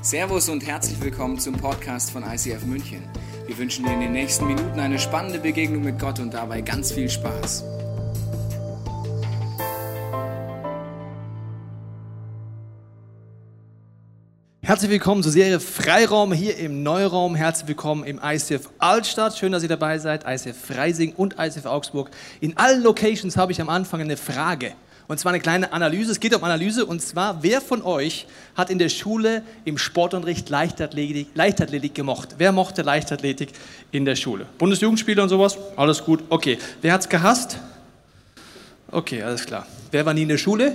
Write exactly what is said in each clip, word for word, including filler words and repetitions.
Servus und herzlich willkommen zum Podcast von I C F München. Wir wünschen dir in den nächsten Minuten eine spannende Begegnung mit Gott und dabei ganz viel Spaß. Herzlich willkommen zur Serie Freiraum hier im Neuraum. Herzlich willkommen im I C F Altstadt. Schön, dass ihr dabei seid. I C F Freising und I C F Augsburg. In allen Locations habe ich am Anfang eine Frage. Und zwar eine kleine Analyse. Es geht um Analyse. Und zwar, wer von euch hat in der Schule im Sportunterricht Leichtathletik, Leichtathletik gemocht? Wer mochte Leichtathletik in der Schule? Bundesjugendspiele und sowas? Alles gut. Okay. Wer hat es gehasst? Okay, alles klar. Wer war nie in der Schule?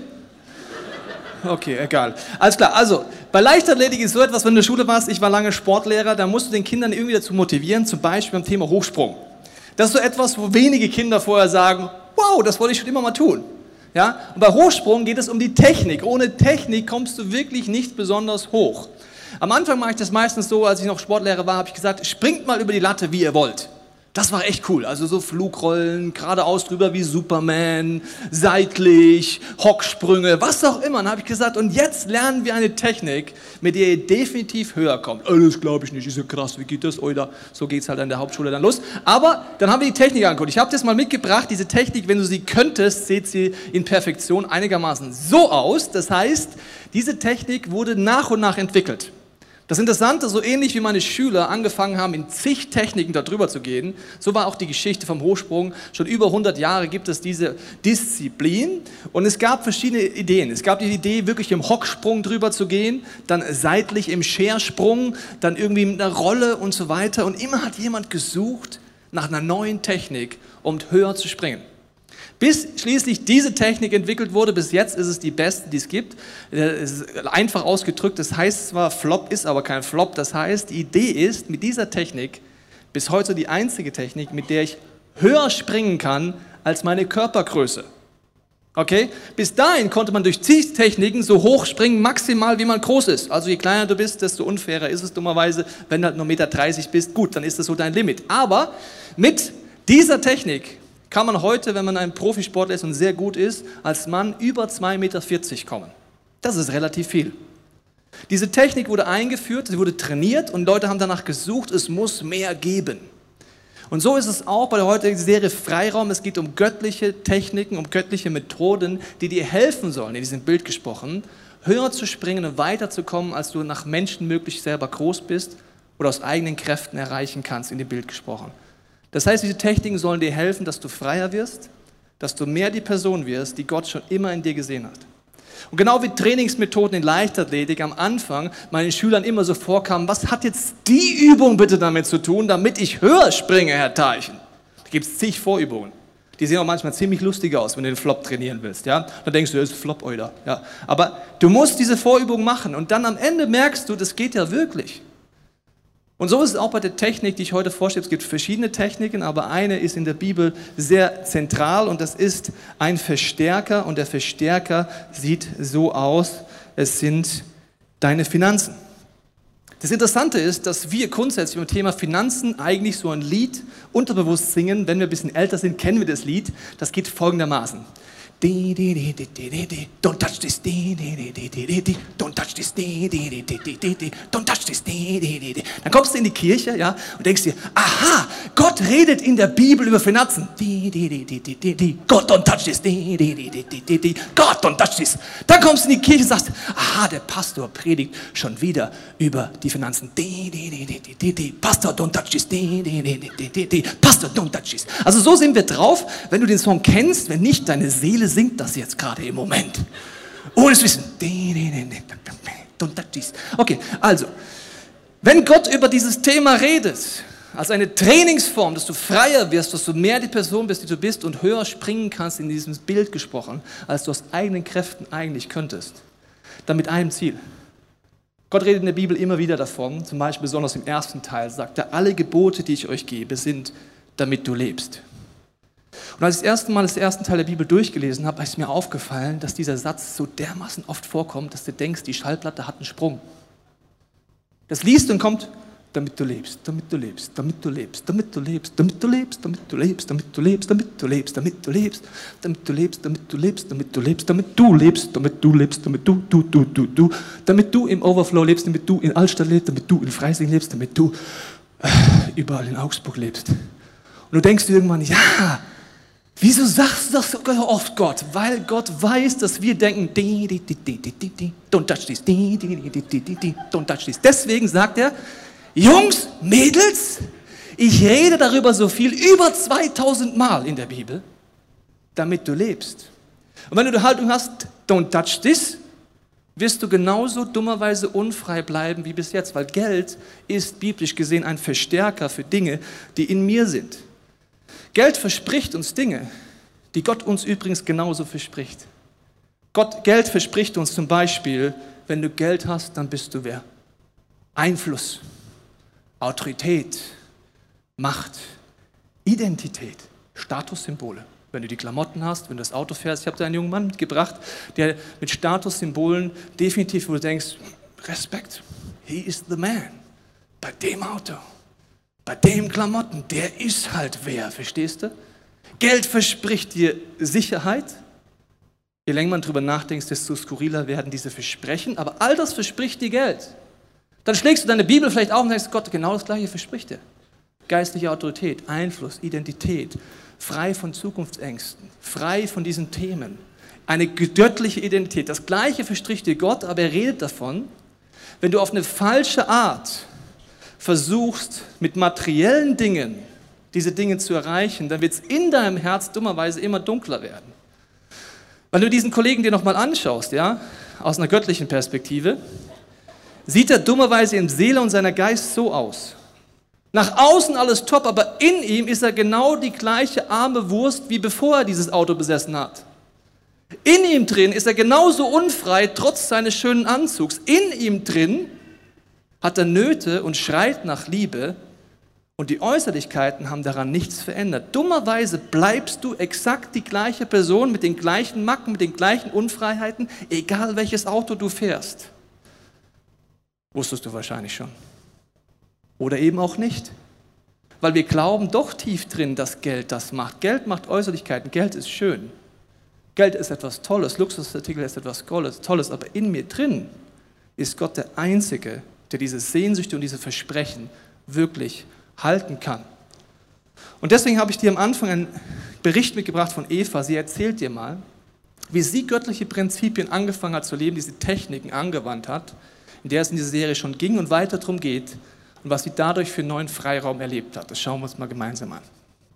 Okay, egal. Alles klar, also bei Leichtathletik ist so etwas, wenn du in der Schule warst, ich war lange Sportlehrer, da musst du den Kindern irgendwie dazu motivieren, zum Beispiel beim Thema Hochsprung. Das ist so etwas, wo wenige Kinder vorher sagen, wow, das wollte ich schon immer mal tun. Ja? Und bei Hochsprung geht es um die Technik. Ohne Technik kommst du wirklich nicht besonders hoch. Am Anfang mache ich das meistens so, als ich noch Sportlehrer war, habe ich gesagt, springt mal über die Latte, wie ihr wollt. Das war echt cool, also so Flugrollen, geradeaus drüber wie Superman, seitlich, Hocksprünge, was auch immer. Dann habe ich gesagt, und jetzt lernen wir eine Technik, mit der ihr definitiv höher kommt. Oh, das glaube ich nicht, ist ja krass, wie geht das, Oida? So geht es halt an der Hauptschule dann los. Aber dann haben wir die Technik angeguckt. Ich habe das mal mitgebracht, diese Technik, wenn du sie könntest, sieht sie in Perfektion einigermaßen so aus. Das heißt, diese Technik wurde nach und nach entwickelt. Das Interessante, so ähnlich wie meine Schüler angefangen haben, in zig Techniken da drüber zu gehen, so war auch die Geschichte vom Hochsprung. Schon über hundert Jahre gibt es diese Disziplin und es gab verschiedene Ideen. Es gab die Idee, wirklich im Hocksprung drüber zu gehen, dann seitlich im Schersprung, dann irgendwie mit einer Rolle und so weiter. Und immer hat jemand gesucht nach einer neuen Technik, um höher zu springen. Bis schließlich diese Technik entwickelt wurde, bis jetzt ist es die beste, die es gibt. Es ist einfach ausgedrückt, das heißt zwar Flop, ist aber kein Flop. Das heißt, die Idee ist, mit dieser Technik, bis heute die einzige Technik, mit der ich höher springen kann als meine Körpergröße. Okay? Bis dahin konnte man durch Techniken so hoch springen, maximal wie man groß ist. Also je kleiner du bist, desto unfairer ist es dummerweise. Wenn du halt nur eins Komma dreißig Meter bist, gut, dann ist das so dein Limit. Aber mit dieser Technik kann man heute, wenn man ein Profisportler ist und sehr gut ist, als Mann über zwei Komma vierzig Meter kommen. Das ist relativ viel. Diese Technik wurde eingeführt, sie wurde trainiert und Leute haben danach gesucht, es muss mehr geben. Und so ist es auch bei der heutigen Serie Freiraum. Es geht um göttliche Techniken, um göttliche Methoden, die dir helfen sollen, in diesem Bild gesprochen, höher zu springen und weiterzukommen, als du nach Menschen möglich selber groß bist oder aus eigenen Kräften erreichen kannst, in dem Bild gesprochen. Das heißt, diese Techniken sollen dir helfen, dass du freier wirst, dass du mehr die Person wirst, die Gott schon immer in dir gesehen hat. Und genau wie Trainingsmethoden in Leichtathletik am Anfang meinen Schülern immer so vorkamen, was hat jetzt die Übung bitte damit zu tun, damit ich höher springe, Herr Teichen? Da gibt es zig Vorübungen. Die sehen auch manchmal ziemlich lustig aus, wenn du den Flop trainieren willst. Ja? Dann denkst du, das ist Flop, Oida. Ja? Aber du musst diese Vorübung machen und dann am Ende merkst du, das geht ja wirklich. Und so ist es auch bei der Technik, die ich heute vorstelle. Es gibt verschiedene Techniken, aber eine ist in der Bibel sehr zentral und das ist ein Verstärker. Und der Verstärker sieht so aus, es sind deine Finanzen. Das Interessante ist, dass wir grundsätzlich beim Thema Finanzen eigentlich so ein Lied unterbewusst singen. Wenn wir ein bisschen älter sind, kennen wir das Lied. Das geht folgendermaßen. Don't touch this, don't touch this, don't touch this. Dann kommst du in die Kirche, ja, und denkst dir, aha, Gott redet in der Bibel über Finanzen. Gott, don't touch this, Gott, don't touch this. Dann kommst du in die Kirche und sagst, aha, der Pastor predigt schon wieder über die Finanzen. Pastor, don't touch this, Pastor, don't touch this. Also so sind wir drauf, wenn du den Song kennst, wenn nicht, deine Seele singt das jetzt gerade im Moment. Ohne es wissen. Okay, also, wenn Gott über dieses Thema redet, als eine Trainingsform, dass du freier wirst, dass du mehr die Person bist, die du bist und höher springen kannst, in diesem Bild gesprochen, als du aus eigenen Kräften eigentlich könntest, dann mit einem Ziel. Gott redet in der Bibel immer wieder davon, zum Beispiel besonders im ersten Teil, sagt er, alle Gebote, die ich euch gebe, sind, damit du lebst. Und als ich das erste Mal das ersten Teil der Bibel durchgelesen habe, ist mir aufgefallen, dass dieser Satz so dermaßen oft vorkommt, dass du denkst, die Schallplatte hat einen Sprung. Das liest und kommt damit du lebst, damit du lebst, damit du lebst, damit du lebst, damit du lebst, damit du lebst, damit du lebst, damit du lebst, damit du lebst, damit du lebst, damit du lebst, damit du lebst, damit du lebst, damit du lebst, damit du, du, du, du, du, damit du im Overflow lebst, damit du in Altstadt lebst, damit du in Freising lebst, damit du überall in Augsburg lebst. Und du denkst dir irgendwann, ja, wieso sagst du das so oft, Gott? Weil Gott weiß, dass wir denken, don't touch this, don't touch this. Deswegen sagt er, Jungs, Mädels, ich rede darüber so viel, über zweitausend Mal in der Bibel, damit du lebst. Und wenn du die Haltung hast, don't touch this, wirst du genauso dummerweise unfrei bleiben wie bis jetzt, weil Geld ist biblisch gesehen ein Verstärker für Dinge, die in mir sind. Geld verspricht uns Dinge, die Gott uns übrigens genauso verspricht. Gott, Geld verspricht uns zum Beispiel, wenn du Geld hast, dann bist du wer? Einfluss, Autorität, Macht, Identität, Statussymbole. Wenn du die Klamotten hast, wenn du das Auto fährst. Ich habe da einen jungen Mann mitgebracht, der mit Statussymbolen definitiv, wo du denkst, Respekt, he is the man. Bei dem Auto, bei dem Klamotten, der ist halt wer, verstehst du? Geld verspricht dir Sicherheit. Je länger man drüber nachdenkt, desto skurriler werden diese Versprechen. Aber all das verspricht dir Geld. Dann schlägst du deine Bibel vielleicht auf und denkst, Gott, genau das Gleiche verspricht dir. Geistliche Autorität, Einfluss, Identität, frei von Zukunftsängsten, frei von diesen Themen. Eine göttliche Identität. Das Gleiche verspricht dir Gott, aber er redet davon, wenn du auf eine falsche Art versuchst, mit materiellen Dingen diese Dinge zu erreichen, dann wird es in deinem Herz dummerweise immer dunkler werden. Wenn du diesen Kollegen dir nochmal anschaust, ja, aus einer göttlichen Perspektive, sieht er dummerweise in Seele und seiner Geist so aus. Nach außen alles top, aber in ihm ist er genau die gleiche arme Wurst, wie bevor er dieses Auto besessen hat. In ihm drin ist er genauso unfrei, trotz seines schönen Anzugs. In ihm drin hat er Nöte und schreit nach Liebe und die Äußerlichkeiten haben daran nichts verändert. Dummerweise bleibst du exakt die gleiche Person mit den gleichen Macken, mit den gleichen Unfreiheiten, egal welches Auto du fährst. Wusstest du wahrscheinlich schon. Oder eben auch nicht. Weil wir glauben doch tief drin, dass Geld das macht. Geld macht Äußerlichkeiten, Geld ist schön. Geld ist etwas Tolles, Luxusartikel ist etwas Tolles, aber in mir drin ist Gott der Einzige, der diese Sehnsüchte und diese Versprechen wirklich halten kann. Und deswegen habe ich dir am Anfang einen Bericht mitgebracht von Eva. Sie erzählt dir mal, wie sie göttliche Prinzipien angefangen hat zu leben, diese Techniken angewandt hat, in der es in dieser Serie schon ging und weiter darum geht und was sie dadurch für neuen Freiraum erlebt hat. Das schauen wir uns mal gemeinsam an.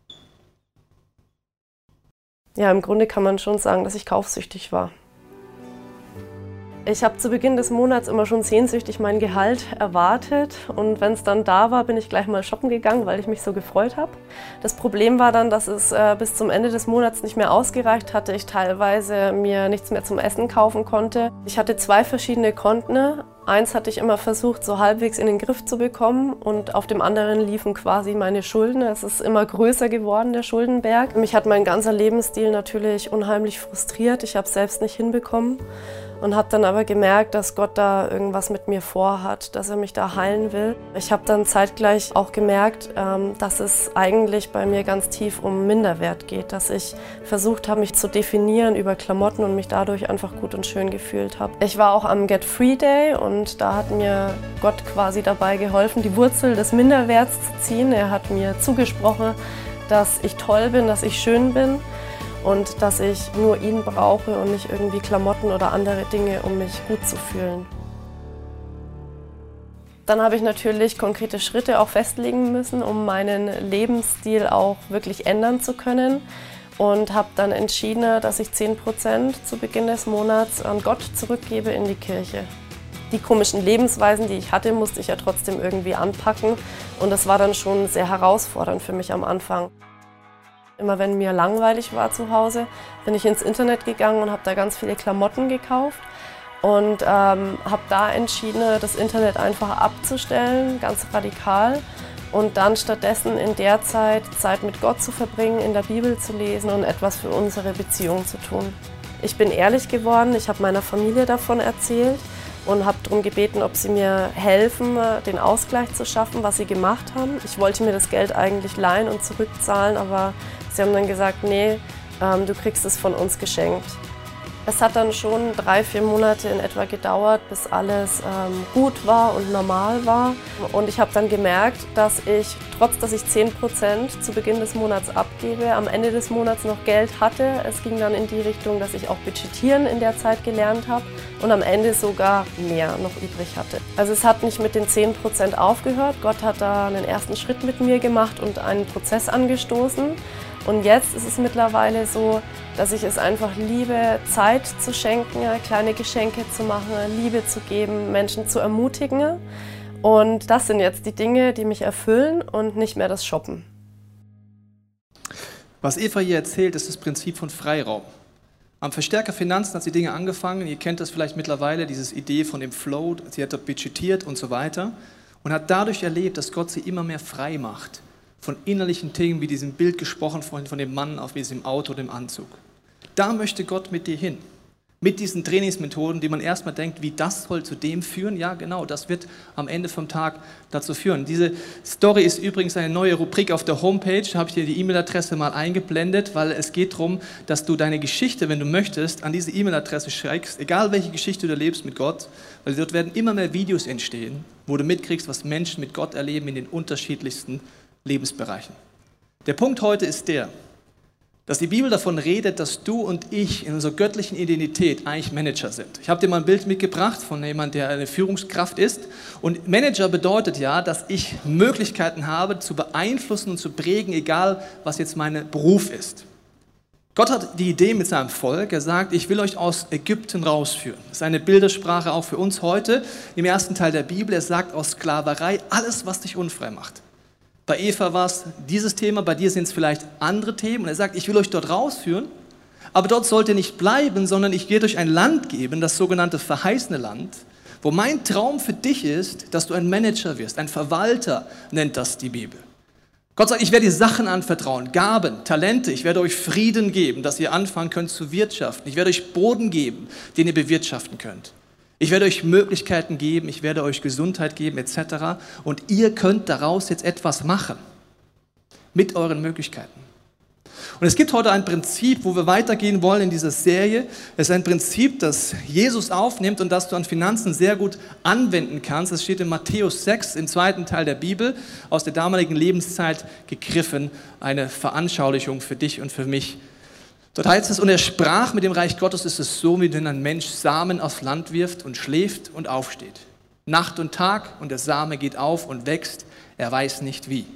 Ja, im Grunde kann man schon sagen, dass ich kaufsüchtig war. Ich habe zu Beginn des Monats immer schon sehnsüchtig mein Gehalt erwartet und wenn es dann da war, bin ich gleich mal shoppen gegangen, weil ich mich so gefreut habe. Das Problem war dann, dass es äh, bis zum Ende des Monats nicht mehr ausgereicht hatte. Ich teilweise mir nichts mehr zum Essen kaufen konnte. Ich hatte zwei verschiedene Konten. Eins hatte ich immer versucht, so halbwegs in den Griff zu bekommen und auf dem anderen liefen quasi meine Schulden. Es ist immer größer geworden, der Schuldenberg. Mich hat mein ganzer Lebensstil natürlich unheimlich frustriert. Ich habe es selbst nicht hinbekommen. Und habe dann aber gemerkt, dass Gott da irgendwas mit mir vorhat, dass er mich da heilen will. Ich habe dann zeitgleich auch gemerkt, dass es eigentlich bei mir ganz tief um Minderwert geht, dass ich versucht habe, mich zu definieren über Klamotten und mich dadurch einfach gut und schön gefühlt habe. Ich war auch am Get Free Day und da hat mir Gott quasi dabei geholfen, die Wurzel des Minderwerts zu ziehen. Er hat mir zugesprochen, dass ich toll bin, dass ich schön bin. Und dass ich nur ihn brauche und nicht irgendwie Klamotten oder andere Dinge, um mich gut zu fühlen. Dann habe ich natürlich konkrete Schritte auch festlegen müssen, um meinen Lebensstil auch wirklich ändern zu können. Und habe dann entschieden, dass ich zehn Prozent zu Beginn des Monats an Gott zurückgebe in die Kirche. Die komischen Lebensweisen, die ich hatte, musste ich ja trotzdem irgendwie anpacken. Und das war dann schon sehr herausfordernd für mich am Anfang. Immer wenn mir langweilig war zu Hause, bin ich ins Internet gegangen und habe da ganz viele Klamotten gekauft und ähm, habe da entschieden, das Internet einfach abzustellen, ganz radikal und dann stattdessen in der Zeit Zeit mit Gott zu verbringen, in der Bibel zu lesen und etwas für unsere Beziehung zu tun. Ich bin ehrlich geworden, ich habe meiner Familie davon erzählt, und habe darum gebeten, ob sie mir helfen, den Ausgleich zu schaffen, was sie gemacht haben. Ich wollte mir das Geld eigentlich leihen und zurückzahlen, aber sie haben dann gesagt, nee, ähm, du kriegst es von uns geschenkt. Es hat dann schon drei, vier Monate in etwa gedauert, bis alles ähm, gut war und normal war. Und ich habe dann gemerkt, dass ich, trotz dass ich zehn Prozent zu Beginn des Monats abgebe, am Ende des Monats noch Geld hatte. Es ging dann in die Richtung, dass ich auch budgetieren in der Zeit gelernt habe und am Ende sogar mehr noch übrig hatte. Also es hat nicht mit den zehn Prozent aufgehört. Gott hat da einen ersten Schritt mit mir gemacht und einen Prozess angestoßen. Und jetzt ist es mittlerweile so, dass ich es einfach liebe, Zeit zu schenken, kleine Geschenke zu machen, Liebe zu geben, Menschen zu ermutigen. Und das sind jetzt die Dinge, die mich erfüllen und nicht mehr das Shoppen. Was Eva hier erzählt, ist das Prinzip von Freiraum. Am Verstärker Finanzen hat sie Dinge angefangen, ihr kennt das vielleicht mittlerweile, diese Idee von dem Flow, sie hat dort budgetiert und so weiter und hat dadurch erlebt, dass Gott sie immer mehr frei macht von innerlichen Dingen, wie diesem Bild gesprochen von, von dem Mann auf diesem Auto, dem Anzug. Da möchte Gott mit dir hin. Mit diesen Trainingsmethoden, die man erstmal denkt, wie das soll zu dem führen. Ja, genau, das wird am Ende vom Tag dazu führen. Diese Story ist übrigens eine neue Rubrik auf der Homepage. Da habe ich dir die E-Mail-Adresse mal eingeblendet, weil es geht darum, dass du deine Geschichte, wenn du möchtest, an diese E-Mail-Adresse schreibst, egal welche Geschichte du erlebst mit Gott, weil dort werden immer mehr Videos entstehen, wo du mitkriegst, was Menschen mit Gott erleben in den unterschiedlichsten Lebensbereichen. Der Punkt heute ist der, dass die Bibel davon redet, dass du und ich in unserer göttlichen Identität eigentlich Manager sind. Ich habe dir mal ein Bild mitgebracht von jemandem, der eine Führungskraft ist. Und Manager bedeutet ja, dass ich Möglichkeiten habe, zu beeinflussen und zu prägen, egal was jetzt mein Beruf ist. Gott hat die Idee mit seinem Volk, er sagt, ich will euch aus Ägypten rausführen. Das ist eine Bildersprache auch für uns heute. Im ersten Teil der Bibel, er sagt aus Sklaverei, alles, was dich unfrei macht. Bei Eva war es dieses Thema, bei dir sind es vielleicht andere Themen. Und er sagt, ich will euch dort rausführen, aber dort sollt ihr nicht bleiben, sondern ich werde euch ein Land geben, das sogenannte verheißene Land, wo mein Traum für dich ist, dass du ein Manager wirst, ein Verwalter nennt das die Bibel. Gott sagt, ich werde dir Sachen anvertrauen, Gaben, Talente, ich werde euch Frieden geben, dass ihr anfangen könnt zu wirtschaften. Ich werde euch Boden geben, den ihr bewirtschaften könnt. Ich werde euch Möglichkeiten geben, ich werde euch Gesundheit geben et cetera. Und ihr könnt daraus jetzt etwas machen mit euren Möglichkeiten. Und es gibt heute ein Prinzip, wo wir weitergehen wollen in dieser Serie. Es ist ein Prinzip, das Jesus aufnimmt und das du an Finanzen sehr gut anwenden kannst. Das steht in Matthäus sechs, im zweiten Teil der Bibel, aus der damaligen Lebenszeit gegriffen. Eine Veranschaulichung für dich und für mich. Dort heißt es, und er sprach, mit dem Reich Gottes ist es so, wie wenn ein Mensch Samen aufs Land wirft und schläft und aufsteht. Nacht und Tag und der Same geht auf und wächst, er weiß nicht wie.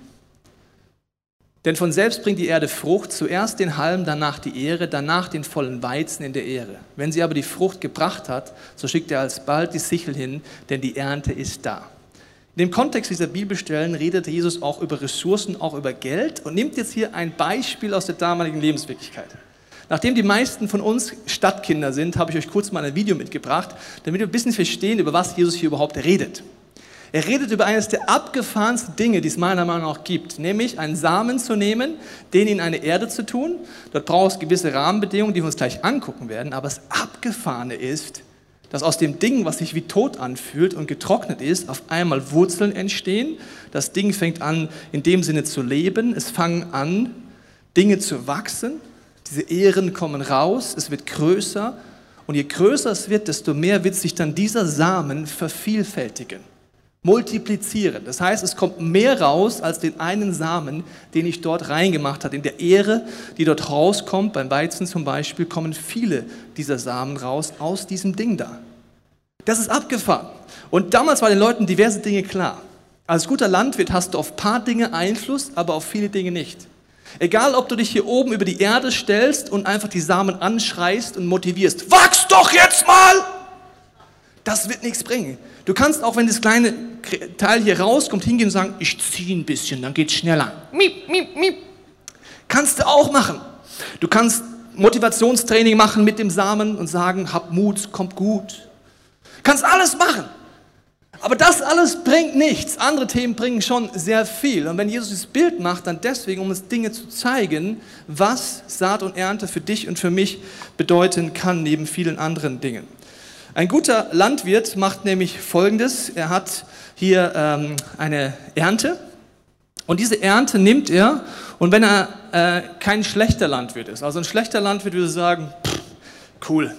Denn von selbst bringt die Erde Frucht, zuerst den Halm, danach die Ähre, danach den vollen Weizen in der Ähre. Wenn sie aber die Frucht gebracht hat, so schickt er alsbald die Sichel hin, denn die Ernte ist da. In dem Kontext dieser Bibelstellen redet Jesus auch über Ressourcen, auch über Geld und nimmt jetzt hier ein Beispiel aus der damaligen Lebenswirklichkeit. Nachdem die meisten von uns Stadtkinder sind, habe ich euch kurz mal ein Video mitgebracht, damit wir ein bisschen verstehen, über was Jesus hier überhaupt redet. Er redet über eines der abgefahrensten Dinge, die es meiner Meinung nach gibt, nämlich einen Samen zu nehmen, den in eine Erde zu tun. Dort braucht es gewisse Rahmenbedingungen, die wir uns gleich angucken werden, aber das Abgefahrene ist, dass aus dem Ding, was sich wie tot anfühlt und getrocknet ist, auf einmal Wurzeln entstehen. Das Ding fängt an, in dem Sinne zu leben. Es fangen an, Dinge zu wachsen. Diese Ähren kommen raus, es wird größer und je größer es wird, desto mehr wird sich dann dieser Samen vervielfältigen, multiplizieren. Das heißt, es kommt mehr raus als den einen Samen, den ich dort reingemacht habe. In der Ähre, die dort rauskommt, beim Weizen zum Beispiel, kommen viele dieser Samen raus aus diesem Ding da. Das ist abgefahren. Und damals waren den Leuten diverse Dinge klar. Als guter Landwirt hast du auf ein paar Dinge Einfluss, aber auf viele Dinge nicht. Egal, ob du dich hier oben über die Erde stellst und einfach die Samen anschreist und motivierst, wachs doch jetzt mal! Das wird nichts bringen. Du kannst auch, wenn das kleine Teil hier rauskommt, hingehen und sagen, ich ziehe ein bisschen, dann geht es schneller. Miep, miep, miep. Kannst du auch machen. Du kannst Motivationstraining machen mit dem Samen und sagen, hab Mut, kommt gut. Kannst alles machen. Aber das alles bringt nichts. Andere Themen bringen schon sehr viel. Und wenn Jesus das Bild macht, dann deswegen, um uns Dinge zu zeigen, was Saat und Ernte für dich und für mich bedeuten kann, neben vielen anderen Dingen. Ein guter Landwirt macht nämlich Folgendes. Er hat hier ähm, eine Ernte und diese Ernte nimmt er und wenn er äh, kein schlechter Landwirt ist, also ein schlechter Landwirt würde sagen, pff, cool,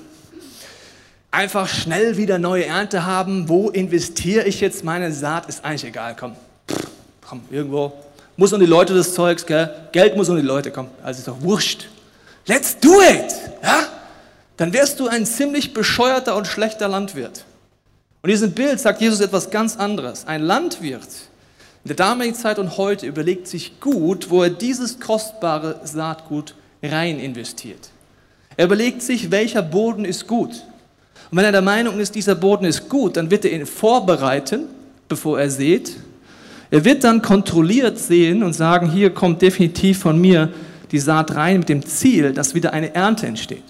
einfach schnell wieder neue Ernte haben, wo investiere ich jetzt meine Saat, ist eigentlich egal, komm, pff, komm, irgendwo, muss um die Leute des Zeugs, gell? Geld muss um die Leute, komm, also ist doch wurscht, let's do it, ja? Dann wärst du ein ziemlich bescheuerter und schlechter Landwirt. Und in diesem Bild sagt Jesus etwas ganz anderes. Ein Landwirt in der damaligen Zeit und heute überlegt sich gut, wo er dieses kostbare Saatgut rein investiert. Er überlegt sich, welcher Boden ist gut. Und wenn er der Meinung ist, dieser Boden ist gut, dann wird er ihn vorbereiten, bevor er sät. Er wird dann kontrolliert sehen und sagen, hier kommt definitiv von mir die Saat rein mit dem Ziel, dass wieder eine Ernte entsteht.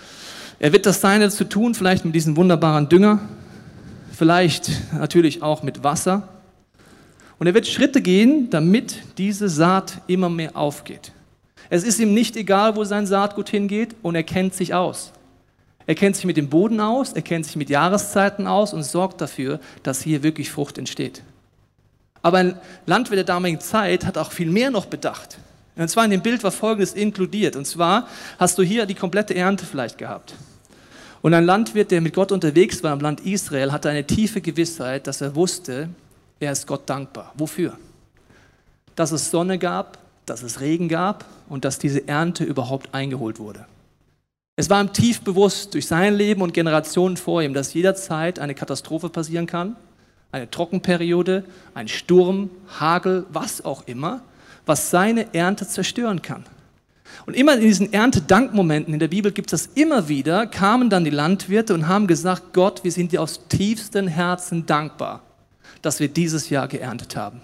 Er wird das Seine zu tun, vielleicht mit diesem wunderbaren Dünger, vielleicht natürlich auch mit Wasser. Und er wird Schritte gehen, damit diese Saat immer mehr aufgeht. Es ist ihm nicht egal, wo sein Saatgut hingeht und er kennt sich aus. Er kennt sich mit dem Boden aus, er kennt sich mit Jahreszeiten aus und sorgt dafür, dass hier wirklich Frucht entsteht. Aber ein Landwirt der damaligen Zeit hat auch viel mehr noch bedacht. Und zwar in dem Bild war Folgendes inkludiert. Und zwar hast du hier die komplette Ernte vielleicht gehabt. Und ein Landwirt, der mit Gott unterwegs war im Land Israel, hatte eine tiefe Gewissheit, dass er wusste, er ist Gott dankbar. Wofür? Dass es Sonne gab, dass es Regen gab und dass diese Ernte überhaupt eingeholt wurde. Es war ihm tief bewusst durch sein Leben und Generationen vor ihm, dass jederzeit eine Katastrophe passieren kann, eine Trockenperiode, ein Sturm, Hagel, was auch immer, was seine Ernte zerstören kann. Und immer in diesen Erntedankmomenten in der Bibel gibt es das immer wieder, kamen dann die Landwirte und haben gesagt, Gott, wir sind dir aus tiefstem Herzen dankbar, dass wir dieses Jahr geerntet haben.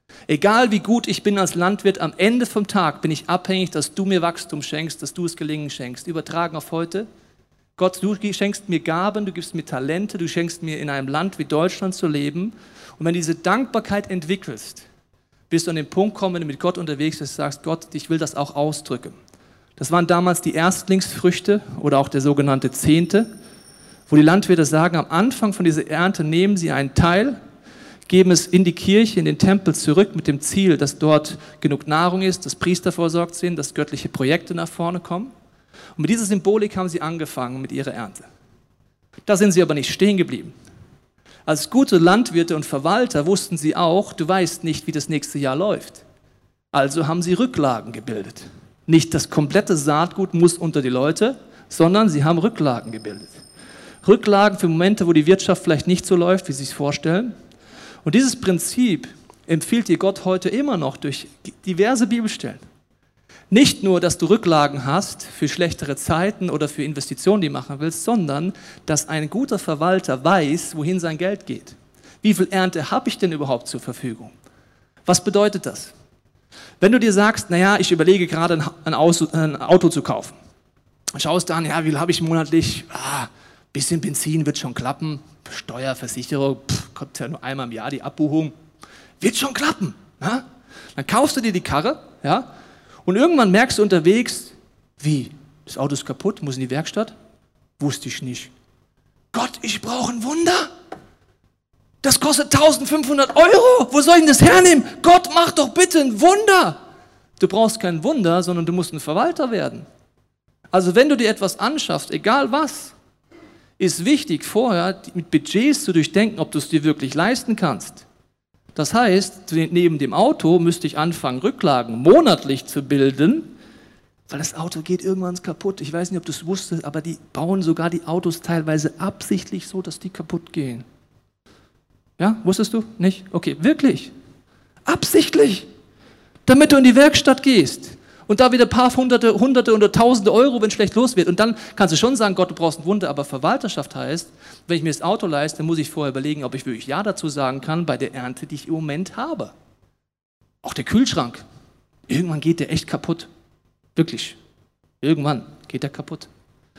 Egal wie gut ich bin als Landwirt, am Ende vom Tag bin ich abhängig, dass du mir Wachstum schenkst, dass du es Gelingen schenkst. Übertragen auf heute. Gott, du schenkst mir Gaben, du gibst mir Talente, du schenkst mir in einem Land wie Deutschland zu leben. Und wenn du diese Dankbarkeit entwickelst, wirst du an den Punkt kommen, wenn du mit Gott unterwegs bist, sagst, Gott, ich will das auch ausdrücken. Das waren damals die Erstlingsfrüchte oder auch der sogenannte Zehnte, wo die Landwirte sagen, am Anfang von dieser Ernte nehmen sie einen Teil, geben es in die Kirche, in den Tempel zurück mit dem Ziel, dass dort genug Nahrung ist, dass Priester versorgt sind, dass göttliche Projekte nach vorne kommen. Und mit dieser Symbolik haben sie angefangen mit ihrer Ernte. Da sind sie aber nicht stehen geblieben. Als gute Landwirte und Verwalter wussten sie auch, du weißt nicht, wie das nächste Jahr läuft. Also haben sie Rücklagen gebildet. Nicht das komplette Saatgut muss unter die Leute, sondern sie haben Rücklagen gebildet. Rücklagen für Momente, wo die Wirtschaft vielleicht nicht so läuft, wie sie es vorstellen. Und dieses Prinzip empfiehlt dir Gott heute immer noch durch diverse Bibelstellen. Nicht nur, dass du Rücklagen hast für schlechtere Zeiten oder für Investitionen, die du machen willst, sondern, dass ein guter Verwalter weiß, wohin sein Geld geht. Wie viel Ernte habe ich denn überhaupt zur Verfügung? Was bedeutet das? Wenn du dir sagst, naja, ich überlege gerade ein Auto zu kaufen, schaust dann, ja, wie viel habe ich monatlich? Ah, bisschen Benzin wird schon klappen, Steuer, Versicherung, pff, kommt ja nur einmal im Jahr die Abbuchung, wird schon klappen. Ja? Dann kaufst du dir die Karre, ja, und irgendwann merkst du unterwegs, wie, das Auto ist kaputt, muss in die Werkstatt? Wusste ich nicht. Gott, ich brauche ein Wunder. Das kostet eintausendfünfhundert Euro. Wo soll ich denn das hernehmen? Gott, mach doch bitte ein Wunder. Du brauchst kein Wunder, sondern du musst ein Verwalter werden. Also wenn du dir etwas anschaffst, egal was, ist wichtig, vorher mit Budgets zu durchdenken, ob du es dir wirklich leisten kannst. Das heißt, neben dem Auto müsste ich anfangen, Rücklagen monatlich zu bilden, weil das Auto geht irgendwann kaputt. Ich weiß nicht, ob du es wusstest, aber die bauen sogar die Autos teilweise absichtlich so, dass die kaputt gehen. Ja, wusstest du? Nicht? Okay, wirklich. Absichtlich. Damit du in die Werkstatt gehst und da wieder ein paar Hunderte, Hunderte oder Tausende Euro, wenn es schlecht los wird. Und dann kannst du schon sagen, Gott, du brauchst ein Wunder, aber Verwalterschaft heißt, wenn ich mir das Auto leiste, dann muss ich vorher überlegen, ob ich wirklich Ja dazu sagen kann bei der Ernte, die ich im Moment habe. Auch der Kühlschrank. Irgendwann geht der echt kaputt. Wirklich. Irgendwann geht der kaputt.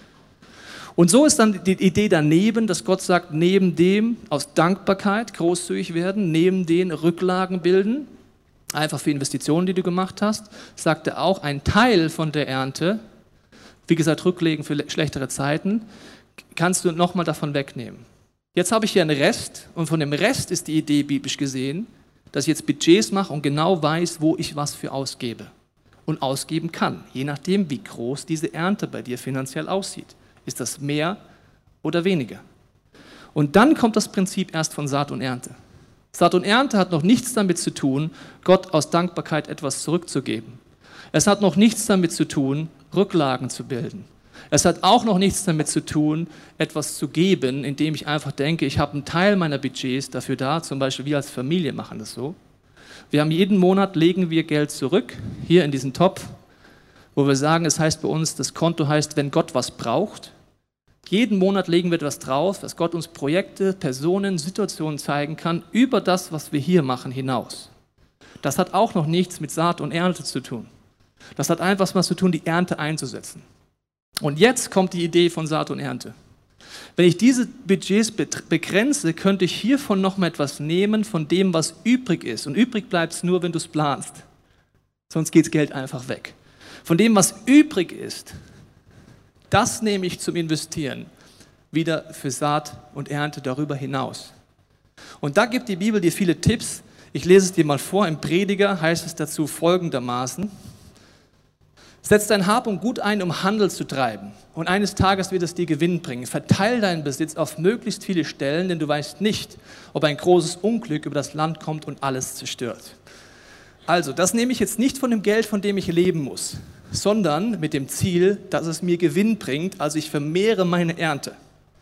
Und so ist dann die Idee daneben, dass Gott sagt, neben dem aus Dankbarkeit großzügig werden, neben den Rücklagen bilden, einfach für Investitionen, die du gemacht hast, sagt er auch, ein Teil von der Ernte, wie gesagt, rücklegen für schlechtere Zeiten, kannst du nochmal davon wegnehmen. Jetzt habe ich hier einen Rest und von dem Rest ist die Idee biblisch gesehen, dass ich jetzt Budgets mache und genau weiß, wo ich was für ausgebe und ausgeben kann, je nachdem, wie groß diese Ernte bei dir finanziell aussieht. Ist das mehr oder weniger? Und dann kommt das Prinzip erst von Saat und Ernte. Saat und Ernte hat noch nichts damit zu tun, Gott aus Dankbarkeit etwas zurückzugeben. Es hat noch nichts damit zu tun, Rücklagen zu bilden. Es hat auch noch nichts damit zu tun, etwas zu geben, indem ich einfach denke, ich habe einen Teil meiner Budgets dafür da, zum Beispiel wir als Familie machen das so. Wir haben jeden Monat, legen wir Geld zurück, hier in diesen Topf, wo wir sagen, es heißt bei uns, das Konto heißt, wenn Gott was braucht. Jeden Monat legen wir etwas drauf, dass Gott uns Projekte, Personen, Situationen zeigen kann, über das, was wir hier machen, hinaus. Das hat auch noch nichts mit Saat und Ernte zu tun. Das hat einfach was zu tun, die Ernte einzusetzen. Und jetzt kommt die Idee von Saat und Ernte. Wenn ich diese Budgets begrenze, könnte ich hiervon noch mal etwas nehmen von dem, was übrig ist. Und übrig bleibt es nur, wenn du es planst. Sonst geht das Geld einfach weg. Von dem, was übrig ist, das nehme ich zum Investieren wieder für Saat und Ernte darüber hinaus. Und da gibt die Bibel dir viele Tipps. Ich lese es dir mal vor. Im Prediger heißt es dazu folgendermaßen: Setz dein Hab und Gut ein, um Handel zu treiben. Und eines Tages wird es dir Gewinn bringen. Verteil deinen Besitz auf möglichst viele Stellen, denn du weißt nicht, ob ein großes Unglück über das Land kommt und alles zerstört. Also, das nehme ich jetzt nicht von dem Geld, von dem ich leben muss, sondern mit dem Ziel, dass es mir Gewinn bringt, also ich vermehre meine Ernte.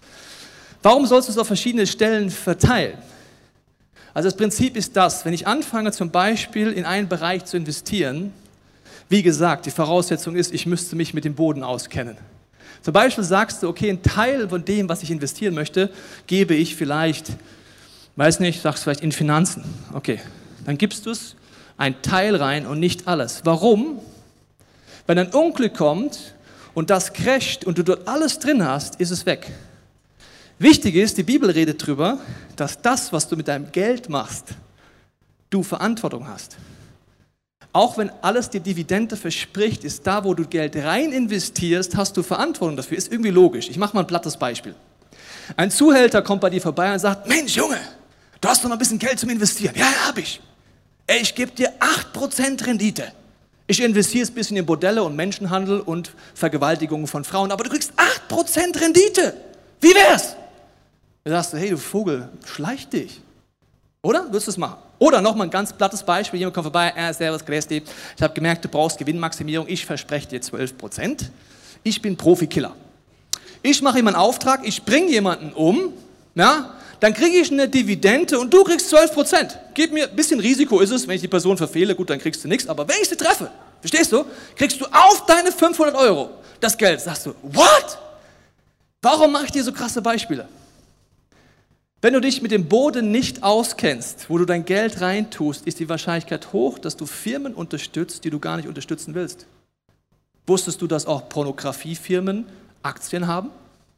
Warum sollst du es auf verschiedene Stellen verteilen? Also das Prinzip ist das, wenn ich anfange zum Beispiel in einen Bereich zu investieren, wie gesagt, die Voraussetzung ist, ich müsste mich mit dem Boden auskennen. Zum Beispiel sagst du, okay, ein Teil von dem, was ich investieren möchte, gebe ich vielleicht, weiß nicht, sagst du vielleicht in Finanzen. Okay, dann gibst du es ein Teil rein und nicht alles. Warum? Wenn ein Unglück kommt und das crasht und du dort alles drin hast, ist es weg. Wichtig ist, die Bibel redet darüber, dass das, was du mit deinem Geld machst, du Verantwortung hast. Auch wenn alles dir Dividende verspricht, ist da, wo du Geld rein investierst, hast du Verantwortung dafür. Ist irgendwie logisch. Ich mache mal ein plattes Beispiel. Ein Zuhälter kommt bei dir vorbei und sagt, Mensch Junge, du hast doch noch ein bisschen Geld zum Investieren. Ja, ja, hab ich. Ey, ich gebe dir acht Prozent Rendite. Ich investiere es ein bisschen in Bordelle und Menschenhandel und Vergewaltigungen von Frauen, aber du kriegst acht Prozent Rendite. Wie wär's? Da sagst du, hey du Vogel, schleich dich. Oder? Würdest du es machen? Oder nochmal ein ganz plattes Beispiel, jemand kommt vorbei, äh, servus, grüß dich, ich habe gemerkt, du brauchst Gewinnmaximierung, ich verspreche dir zwölf Prozent, ich bin Profikiller. Ich mache ihm einen Auftrag, ich bringe jemanden um, ja, dann kriege ich eine Dividende und du kriegst zwölf Prozent. Gib mir, ein bisschen Risiko ist es, wenn ich die Person verfehle, gut, dann kriegst du nichts, aber wenn ich sie treffe, verstehst du, kriegst du auf deine fünfhundert Euro das Geld. Sagst du, what? Warum mache ich dir so krasse Beispiele? Wenn du dich mit dem Boden nicht auskennst, wo du dein Geld reintust, ist die Wahrscheinlichkeit hoch, dass du Firmen unterstützt, die du gar nicht unterstützen willst. Wusstest du, dass auch Pornografiefirmen Aktien haben?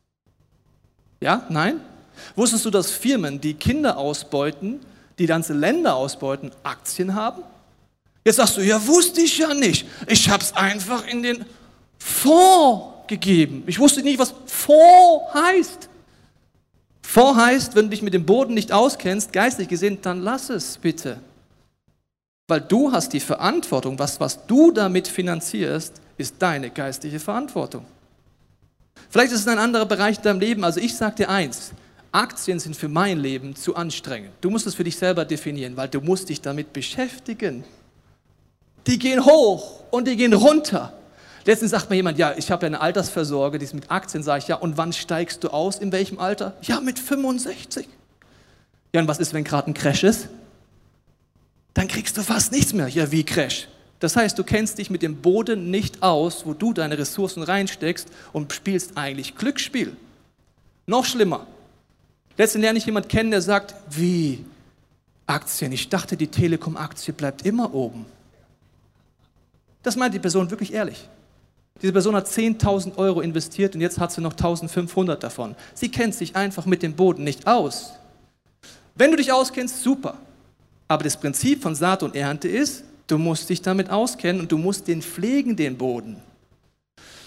Ja? Nein? Wusstest du, dass Firmen, die Kinder ausbeuten, die ganze Länder ausbeuten, Aktien haben? Jetzt sagst du, ja, wusste ich ja nicht. Ich habe es einfach in den Fonds gegeben. Ich wusste nicht, was Fonds heißt. Fonds heißt, wenn du dich mit dem Boden nicht auskennst, geistlich gesehen, dann lass es bitte. Weil du hast die Verantwortung, was, was du damit finanzierst, ist deine geistliche Verantwortung. Vielleicht ist es ein anderer Bereich in deinem Leben, also ich sage dir eins, Aktien sind für mein Leben zu anstrengend. Du musst es für dich selber definieren, weil du musst dich damit beschäftigen. Die gehen hoch und die gehen runter. Letztens sagt mir jemand, ja, ich habe ja eine Altersvorsorge, die ist mit Aktien, sage ich, ja, und wann steigst du aus, in welchem Alter? Ja, mit fünfundsechzig. Ja, und was ist, wenn gerade ein Crash ist? Dann kriegst du fast nichts mehr. Ja, wie Crash? Das heißt, du kennst dich mit dem Boden nicht aus, wo du deine Ressourcen reinsteckst und spielst eigentlich Glücksspiel. Noch schlimmer. Letztens lerne ich jemanden kennen, der sagt, wie Aktien? Ich dachte, die Telekom-Aktie bleibt immer oben. Das meint die Person wirklich ehrlich. Diese Person hat zehntausend Euro investiert und jetzt hat sie noch eintausendfünfhundert davon. Sie kennt sich einfach mit dem Boden nicht aus. Wenn du dich auskennst, super. Aber das Prinzip von Saat und Ernte ist, du musst dich damit auskennen und du musst den pflegen, den Boden.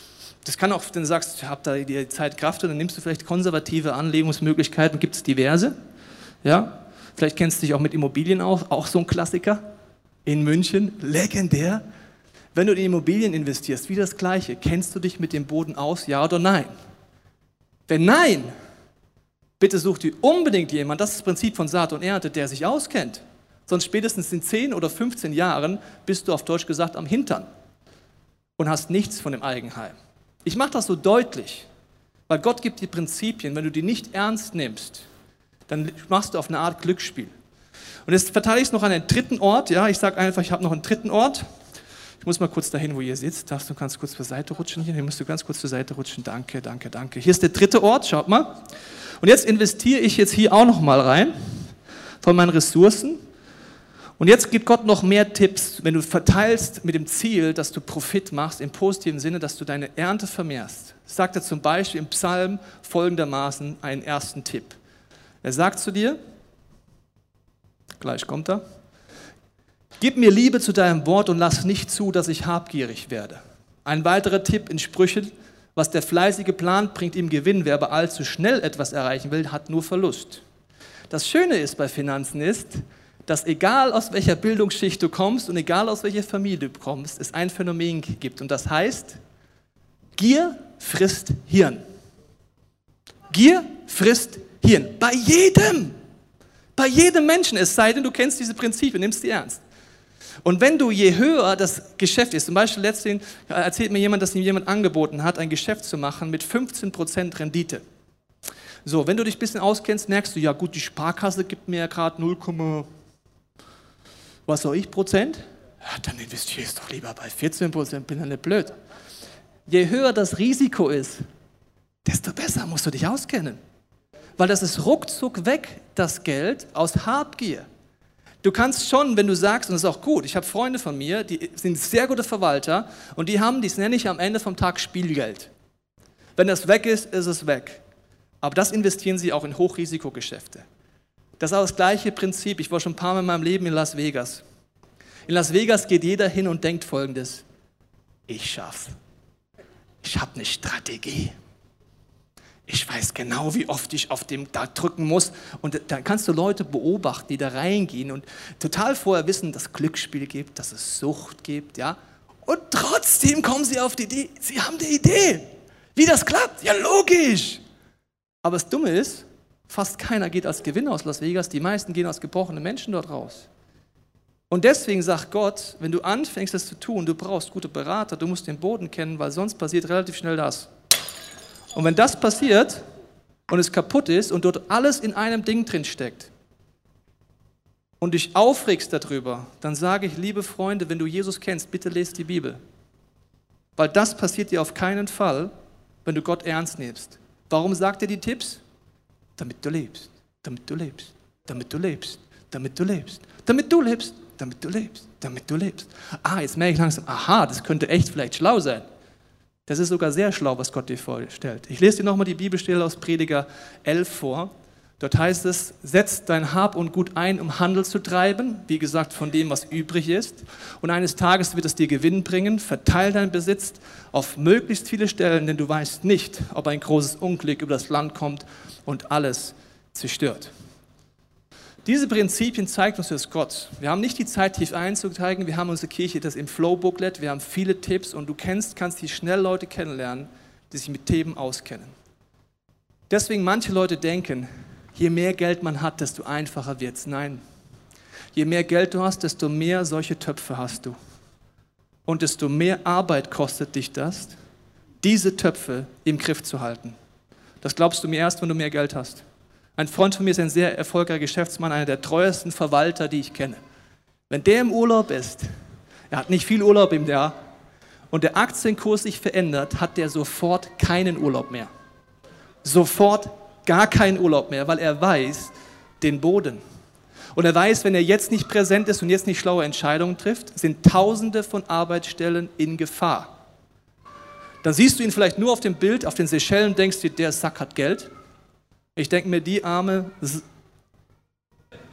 Das kann auch, wenn du sagst, ich habe da die Zeit, Kraft, und dann nimmst du vielleicht konservative Anlegungsmöglichkeiten, gibt es diverse. Ja? Vielleicht kennst du dich auch mit Immobilien aus, auch so ein Klassiker in München, legendär. Wenn du in Immobilien investierst, wie das Gleiche, kennst du dich mit dem Boden aus, ja oder nein? Wenn nein, bitte such dir unbedingt jemanden, das ist das Prinzip von Saat und Ernte, der sich auskennt. Sonst spätestens in zehn oder fünfzehn Jahren bist du auf Deutsch gesagt am Hintern und hast nichts von dem Eigenheim. Ich mache das so deutlich, weil Gott gibt dir Prinzipien, wenn du die nicht ernst nimmst, dann machst du auf eine Art Glücksspiel. Und jetzt verteile ich es noch an einen dritten Ort, ja, ich sage einfach, ich habe noch einen dritten Ort. Ich muss mal kurz dahin, wo ihr sitzt. Darfst du ganz kurz zur Seite rutschen hier? Hier musst du ganz kurz zur Seite rutschen. Danke, danke, danke. Hier ist der dritte Ort, schaut mal. Und jetzt investiere ich jetzt hier auch noch mal rein von meinen Ressourcen. Und jetzt gibt Gott noch mehr Tipps, wenn du verteilst mit dem Ziel, dass du Profit machst, im positiven Sinne, dass du deine Ernte vermehrst. Sagt er zum Beispiel im Psalm folgendermaßen einen ersten Tipp. Er sagt zu dir, gleich kommt er, gib mir Liebe zu deinem Wort und lass nicht zu, dass ich habgierig werde. Ein weiterer Tipp in Sprüchen, was der Fleißige plant, bringt ihm Gewinn. Wer aber allzu schnell etwas erreichen will, hat nur Verlust. Das Schöne ist bei Finanzen ist, dass egal aus welcher Bildungsschicht du kommst und egal aus welcher Familie du kommst, es ein Phänomen gibt. Und das heißt, Gier frisst Hirn. Gier frisst Hirn. Bei jedem. Bei jedem Menschen, es sei denn, du kennst diese Prinzipien, nimmst die ernst. Und wenn du, je höher das Geschäft ist, zum Beispiel letztens erzählt mir jemand, dass ihm jemand angeboten hat, ein Geschäft zu machen mit fünfzehn Prozent Rendite. So, wenn du dich ein bisschen auskennst, merkst du, ja gut, die Sparkasse gibt mir ja gerade null, was soll ich, Prozent? Ja, dann investierst du doch lieber bei vierzehn Prozent, bin ja nicht blöd. Je höher das Risiko ist, desto besser musst du dich auskennen. Weil das ist ruckzuck weg, das Geld, aus Habgier. Du kannst schon, wenn du sagst, und das ist auch gut, ich habe Freunde von mir, die sind sehr gute Verwalter und die haben, das nenne ich am Ende vom Tag Spielgeld. Wenn das weg ist, ist es weg. Aber das investieren sie auch in Hochrisikogeschäfte. Das ist auch das gleiche Prinzip. Ich war schon ein paar Mal in meinem Leben in Las Vegas. In Las Vegas geht jeder hin und denkt Folgendes: Ich schaff's. Ich habe eine Strategie. Ich weiß genau, wie oft ich auf dem da drücken muss. Und dann kannst du Leute beobachten, die da reingehen und total vorher wissen, dass es Glücksspiel gibt, dass es Sucht gibt, ja. Und trotzdem kommen sie auf die Idee, sie haben die Idee. Wie das klappt? Ja, logisch. Aber das Dumme ist, fast keiner geht als Gewinner aus Las Vegas, die meisten gehen als gebrochene Menschen dort raus. Und deswegen sagt Gott, wenn du anfängst, das zu tun, du brauchst gute Berater, du musst den Boden kennen, weil sonst passiert relativ schnell das. Und wenn das passiert und es kaputt ist und dort alles in einem Ding drin steckt und dich aufregst darüber, dann sage ich, liebe Freunde, wenn du Jesus kennst, bitte lest die Bibel. Weil das passiert dir auf keinen Fall, wenn du Gott ernst nimmst. Warum sagt er die Tipps? Damit du lebst, damit du lebst, damit du lebst, damit du lebst, damit du lebst, damit du lebst, damit du lebst. Ah, jetzt merke ich langsam, aha, das könnte echt vielleicht schlau sein. Das ist sogar sehr schlau, was Gott dir vorstellt. Ich lese dir nochmal die Bibelstelle aus Prediger elf vor. Dort heißt es, setz dein Hab und Gut ein, um Handel zu treiben, wie gesagt, von dem, was übrig ist. Und eines Tages wird es dir Gewinn bringen. Verteil deinen Besitz auf möglichst viele Stellen, denn du weißt nicht, ob ein großes Unglück über das Land kommt und alles zerstört. Diese Prinzipien zeigt uns das Gott. Wir haben nicht die Zeit, tief einzusteigen. Wir haben unsere Kirche, das im Flow-Booklet. Wir haben viele Tipps und du kennst, kannst hier schnell Leute kennenlernen, die sich mit Themen auskennen. Deswegen manche Leute denken, je mehr Geld man hat, desto einfacher wird es. Nein. Je mehr Geld du hast, desto mehr solche Töpfe hast du. Und desto mehr Arbeit kostet dich das, diese Töpfe im Griff zu halten. Das glaubst du mir erst, wenn du mehr Geld hast. Ein Freund von mir ist ein sehr erfolgreicher Geschäftsmann, einer der treuesten Verwalter, die ich kenne. Wenn der im Urlaub ist, er hat nicht viel Urlaub im Jahr, und der Aktienkurs sich verändert, hat der sofort keinen Urlaub mehr. Sofort gar keinen Urlaub mehr, weil er weiß den Boden. Und er weiß, wenn er jetzt nicht präsent ist und jetzt nicht schlaue Entscheidungen trifft, sind Tausende von Arbeitsstellen in Gefahr. Dann siehst du ihn vielleicht nur auf dem Bild, auf den Seychellen und denkst dir, der Sack hat Geld. Ich denke mir, die Arme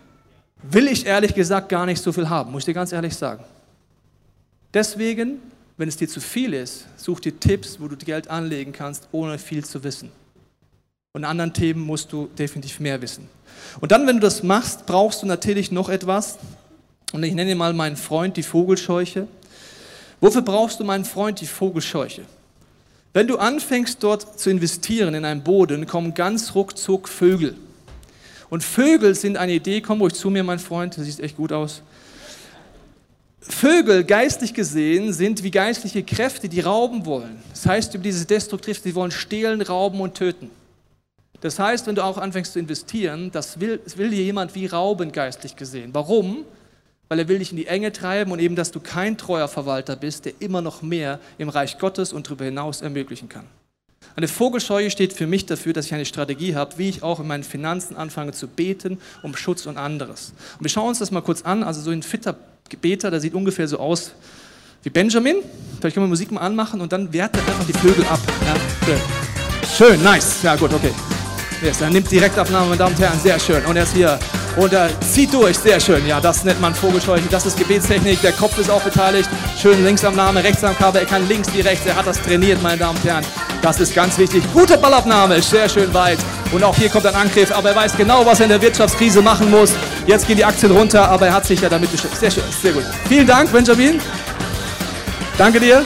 will ich ehrlich gesagt gar nicht so viel haben, muss ich dir ganz ehrlich sagen. Deswegen Wenn es dir zu viel ist, such dir Tipps, wo du Geld anlegen kannst, ohne viel zu wissen. Und in anderen Themen musst du definitiv mehr wissen. Und dann, wenn du das machst, brauchst du natürlich noch etwas. Und ich nenne mal meinen Freund die Vogelscheuche. Wofür brauchst du, meinen Freund, die Vogelscheuche? Wenn du anfängst, dort zu investieren in einen Boden, kommen ganz ruckzuck Vögel. Und Vögel sind eine Idee, komm ruhig zu mir, mein Freund, du siehst echt gut aus. Vögel, geistlich gesehen, sind wie geistliche Kräfte, die rauben wollen. Das heißt, über diese Destruktiv, die wollen stehlen, rauben und töten. Das heißt, wenn du auch anfängst zu investieren, das will, das will dir jemand wie rauben, geistlich gesehen. Warum? Weil er will dich in die Enge treiben und eben, dass du kein treuer Verwalter bist, der immer noch mehr im Reich Gottes und darüber hinaus ermöglichen kann. Eine Vogelscheuche steht für mich dafür, dass ich eine Strategie habe, wie ich auch in meinen Finanzen anfange zu beten, um Schutz und anderes. Und wir schauen uns das mal kurz an, also so ein fitter Beter, der sieht ungefähr so aus wie Benjamin. Vielleicht können wir Musik mal anmachen und dann wehrt er einfach die Vögel ab. Ja, schön. schön, nice, ja gut, okay. Yes, er nimmt Direktabnahme, meine Damen und Herren, sehr schön. Und er ist hier und er zieht durch, sehr schön. Ja, das nennt man Vogelscheuche, das ist Gebetstechnik, der Kopf ist auch beteiligt. Schön Linksabnahme, Rechtsabnahme, er kann links wie rechts, er hat das trainiert, meine Damen und Herren. Das ist ganz wichtig. Gute Ballabnahme, sehr schön weit. Und auch hier kommt ein Angriff, aber er weiß genau, was er in der Wirtschaftskrise machen muss. Jetzt gehen die Aktien runter, aber er hat sich ja damit beschäftigt. Sehr schön, sehr gut. Vielen Dank, Benjamin. Danke dir.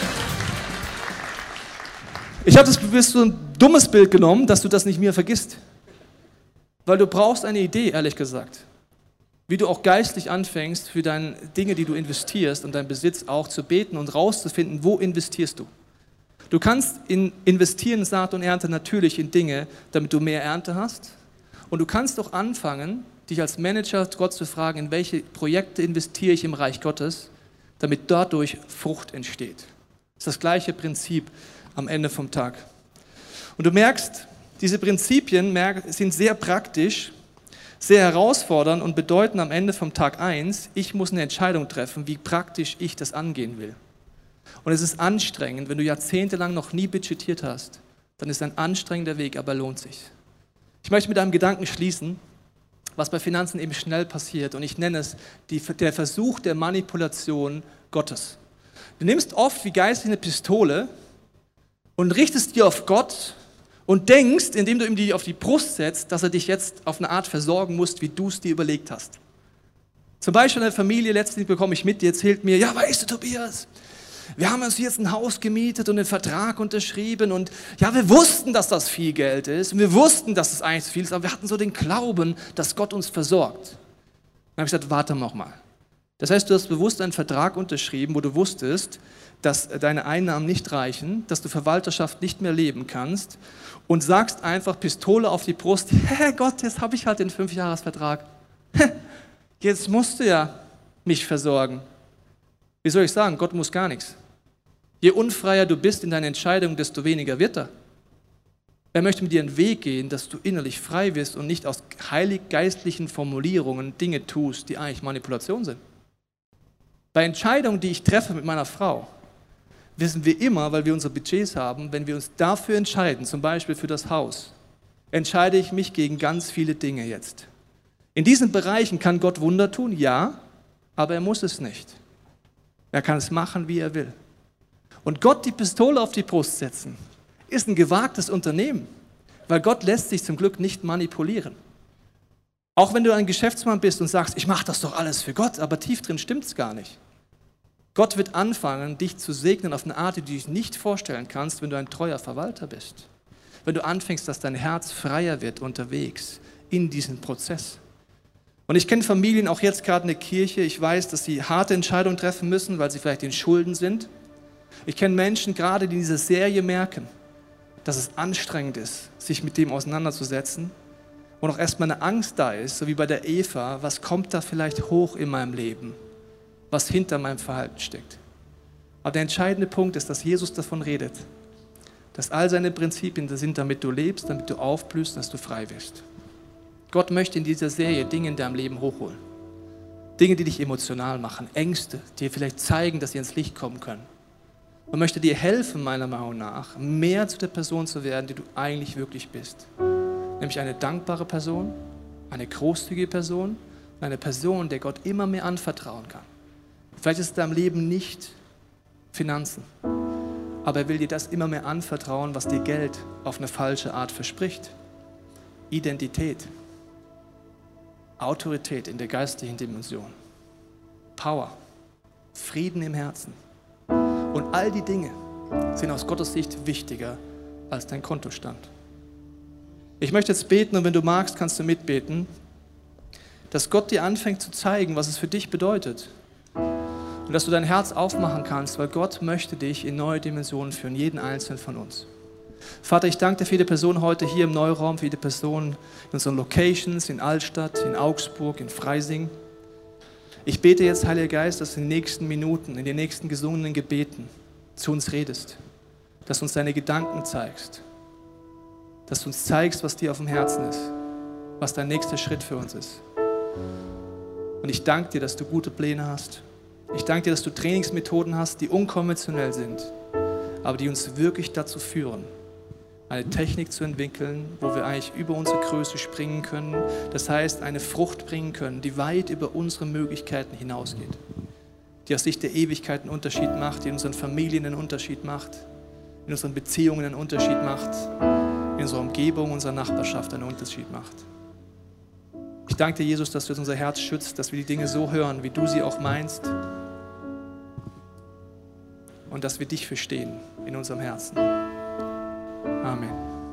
Ich habe das bist so ein dummes Bild genommen, dass du das nicht mehr vergisst. Weil du brauchst eine Idee, ehrlich gesagt. Wie du auch geistlich anfängst, für deine Dinge, die du investierst und deinen Besitz auch zu beten und rauszufinden, wo investierst du. Du kannst in investieren, Saat und Ernte natürlich in Dinge, damit du mehr Ernte hast. Und du kannst auch anfangen, dich als Manager Gott zu fragen, in welche Projekte investiere ich im Reich Gottes, damit dadurch Frucht entsteht. Das ist das gleiche Prinzip am Ende vom Tag. Und du merkst, diese Prinzipien sind sehr praktisch, sehr herausfordernd und bedeuten am Ende vom Tag eins, ich muss eine Entscheidung treffen, wie praktisch ich das angehen will. Und es ist anstrengend, wenn du jahrzehntelang noch nie budgetiert hast, dann ist ein anstrengender Weg, aber lohnt sich. Ich möchte mit einem Gedanken schließen, was bei Finanzen eben schnell passiert, und ich nenne es die, der Versuch der Manipulation Gottes. Du nimmst oft wie geistlich eine Pistole und richtest die auf Gott und denkst, indem du ihm die auf die Brust setzt, dass er dich jetzt auf eine Art versorgen muss, wie du es dir überlegt hast. Zum Beispiel in der Familie, letztens bekomme ich mit, die erzählt mir, ja, weißt du, Tobias, wir haben uns jetzt ein Haus gemietet und einen Vertrag unterschrieben und ja, wir wussten, dass das viel Geld ist und wir wussten, dass es eigentlich viel ist, aber wir hatten so den Glauben, dass Gott uns versorgt. Dann habe ich gesagt, warte noch mal. Das heißt, du hast bewusst einen Vertrag unterschrieben, wo du wusstest, dass deine Einnahmen nicht reichen, dass du Verwalterschaft nicht mehr leben kannst und sagst einfach, Pistole auf die Brust, hey Gott, jetzt habe ich halt den Fünfjahresvertrag. Jetzt musst du ja mich versorgen. Wie soll ich sagen, Gott muss gar nichts. Je unfreier du bist in deiner Entscheidung, desto weniger wird er. Er möchte mit dir einen Weg gehen, dass du innerlich frei wirst und nicht aus heilig-geistlichen Formulierungen Dinge tust, die eigentlich Manipulation sind. Bei Entscheidungen, die ich treffe mit meiner Frau, wissen wir immer, weil wir unsere Budgets haben, wenn wir uns dafür entscheiden, zum Beispiel für das Haus, entscheide ich mich gegen ganz viele Dinge jetzt. In diesen Bereichen kann Gott Wunder tun, ja, aber er muss es nicht. Er kann es machen, wie er will. Und Gott die Pistole auf die Brust setzen, ist ein gewagtes Unternehmen, weil Gott lässt sich zum Glück nicht manipulieren. Auch wenn du ein Geschäftsmann bist und sagst, ich mache das doch alles für Gott, aber tief drin stimmt es gar nicht. Gott wird anfangen, dich zu segnen auf eine Art, die du dich nicht vorstellen kannst, wenn du ein treuer Verwalter bist. Wenn du anfängst, dass dein Herz freier wird unterwegs in diesem Prozess. Und ich kenne Familien, auch jetzt gerade in der Kirche, ich weiß, dass sie harte Entscheidungen treffen müssen, weil sie vielleicht in Schulden sind. Ich kenne Menschen gerade, die in dieser Serie merken, dass es anstrengend ist, sich mit dem auseinanderzusetzen und auch erstmal eine Angst da ist, so wie bei der Eva, was kommt da vielleicht hoch in meinem Leben, was hinter meinem Verhalten steckt. Aber der entscheidende Punkt ist, dass Jesus davon redet, dass all seine Prinzipien sind, damit du lebst, damit du aufblühst und dass du frei wirst. Gott möchte in dieser Serie Dinge in deinem Leben hochholen. Dinge, die dich emotional machen, Ängste, die dir vielleicht zeigen, dass sie ins Licht kommen können. Man möchte dir helfen, meiner Meinung nach, mehr zu der Person zu werden, die du eigentlich wirklich bist. Nämlich eine dankbare Person, eine großzügige Person und eine Person, der Gott immer mehr anvertrauen kann. Vielleicht ist es in deinem Leben nicht Finanzen. Aber er will dir das immer mehr anvertrauen, was dir Geld auf eine falsche Art verspricht. Identität, Autorität in der geistlichen Dimension, Power, Frieden im Herzen. Und all die Dinge sind aus Gottes Sicht wichtiger als dein Kontostand. Ich möchte jetzt beten und wenn du magst, kannst du mitbeten, dass Gott dir anfängt zu zeigen, was es für dich bedeutet. Und dass du dein Herz aufmachen kannst, weil Gott möchte dich in neue Dimensionen führen, jeden einzelnen von uns. Vater, ich danke dir für jede Person heute hier im Neuraum, für jede Person in unseren Locations, in Altstadt, in Augsburg, in Freising. Ich bete jetzt, Heiliger Geist, dass du in den nächsten Minuten, in den nächsten gesungenen Gebeten zu uns redest, dass du uns deine Gedanken zeigst, dass du uns zeigst, was dir auf dem Herzen ist, was dein nächster Schritt für uns ist. Und ich danke dir, dass du gute Pläne hast. Ich danke dir, dass du Trainingsmethoden hast, die unkonventionell sind, aber die uns wirklich dazu führen, eine Technik zu entwickeln, wo wir eigentlich über unsere Größe springen können. Das heißt, eine Frucht bringen können, die weit über unsere Möglichkeiten hinausgeht. Die aus Sicht der Ewigkeit einen Unterschied macht, die in unseren Familien einen Unterschied macht, in unseren Beziehungen einen Unterschied macht, in unserer Umgebung, unserer Nachbarschaft einen Unterschied macht. Ich danke dir, Jesus, dass du unser Herz schützt, dass wir die Dinge so hören, wie du sie auch meinst. Und dass wir dich verstehen in unserem Herzen. Amen.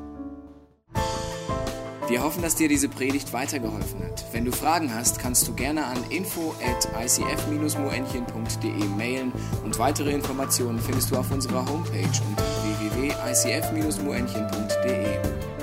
Wir hoffen, dass dir diese Predigt weitergeholfen hat. Wenn du Fragen hast, kannst du gerne an info at i c f dash moenchen punkt d e mailen und weitere Informationen findest du auf unserer Homepage unter w w w punkt i c f dash moenchen punkt d e.